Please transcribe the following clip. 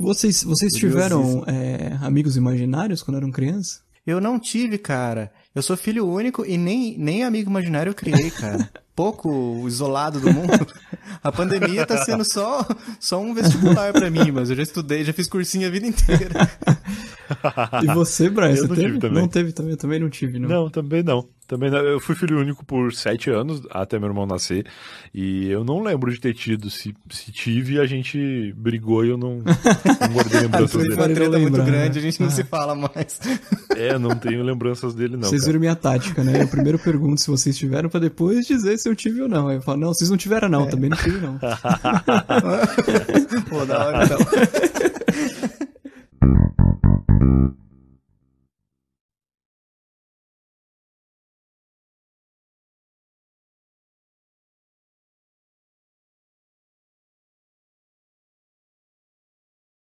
Vocês tiveram amigos imaginários quando eram crianças? Eu não tive, cara. Eu sou filho único e nem amigo imaginário eu criei, cara. Pouco isolado do mundo. A pandemia tá sendo só um vestibular pra mim, mas eu já estudei, já fiz cursinho a vida inteira. E você, Brian, você teve? Não teve também? Eu também não tive, não. Não, também não. Eu fui filho único por 7 anos, até meu irmão nascer, e eu não lembro de ter tido. Se tive, a gente brigou e eu não guardei lembranças dele. Foi uma treta muito grande, a gente não se fala mais. Não tenho lembranças dele, não. Vocês viram minha tática, né? Eu primeiro pergunto se vocês tiveram, pra depois dizer se eu tive ou não. Aí eu falo, não, vocês não tiveram não, também não tive não. Pô, da hora então.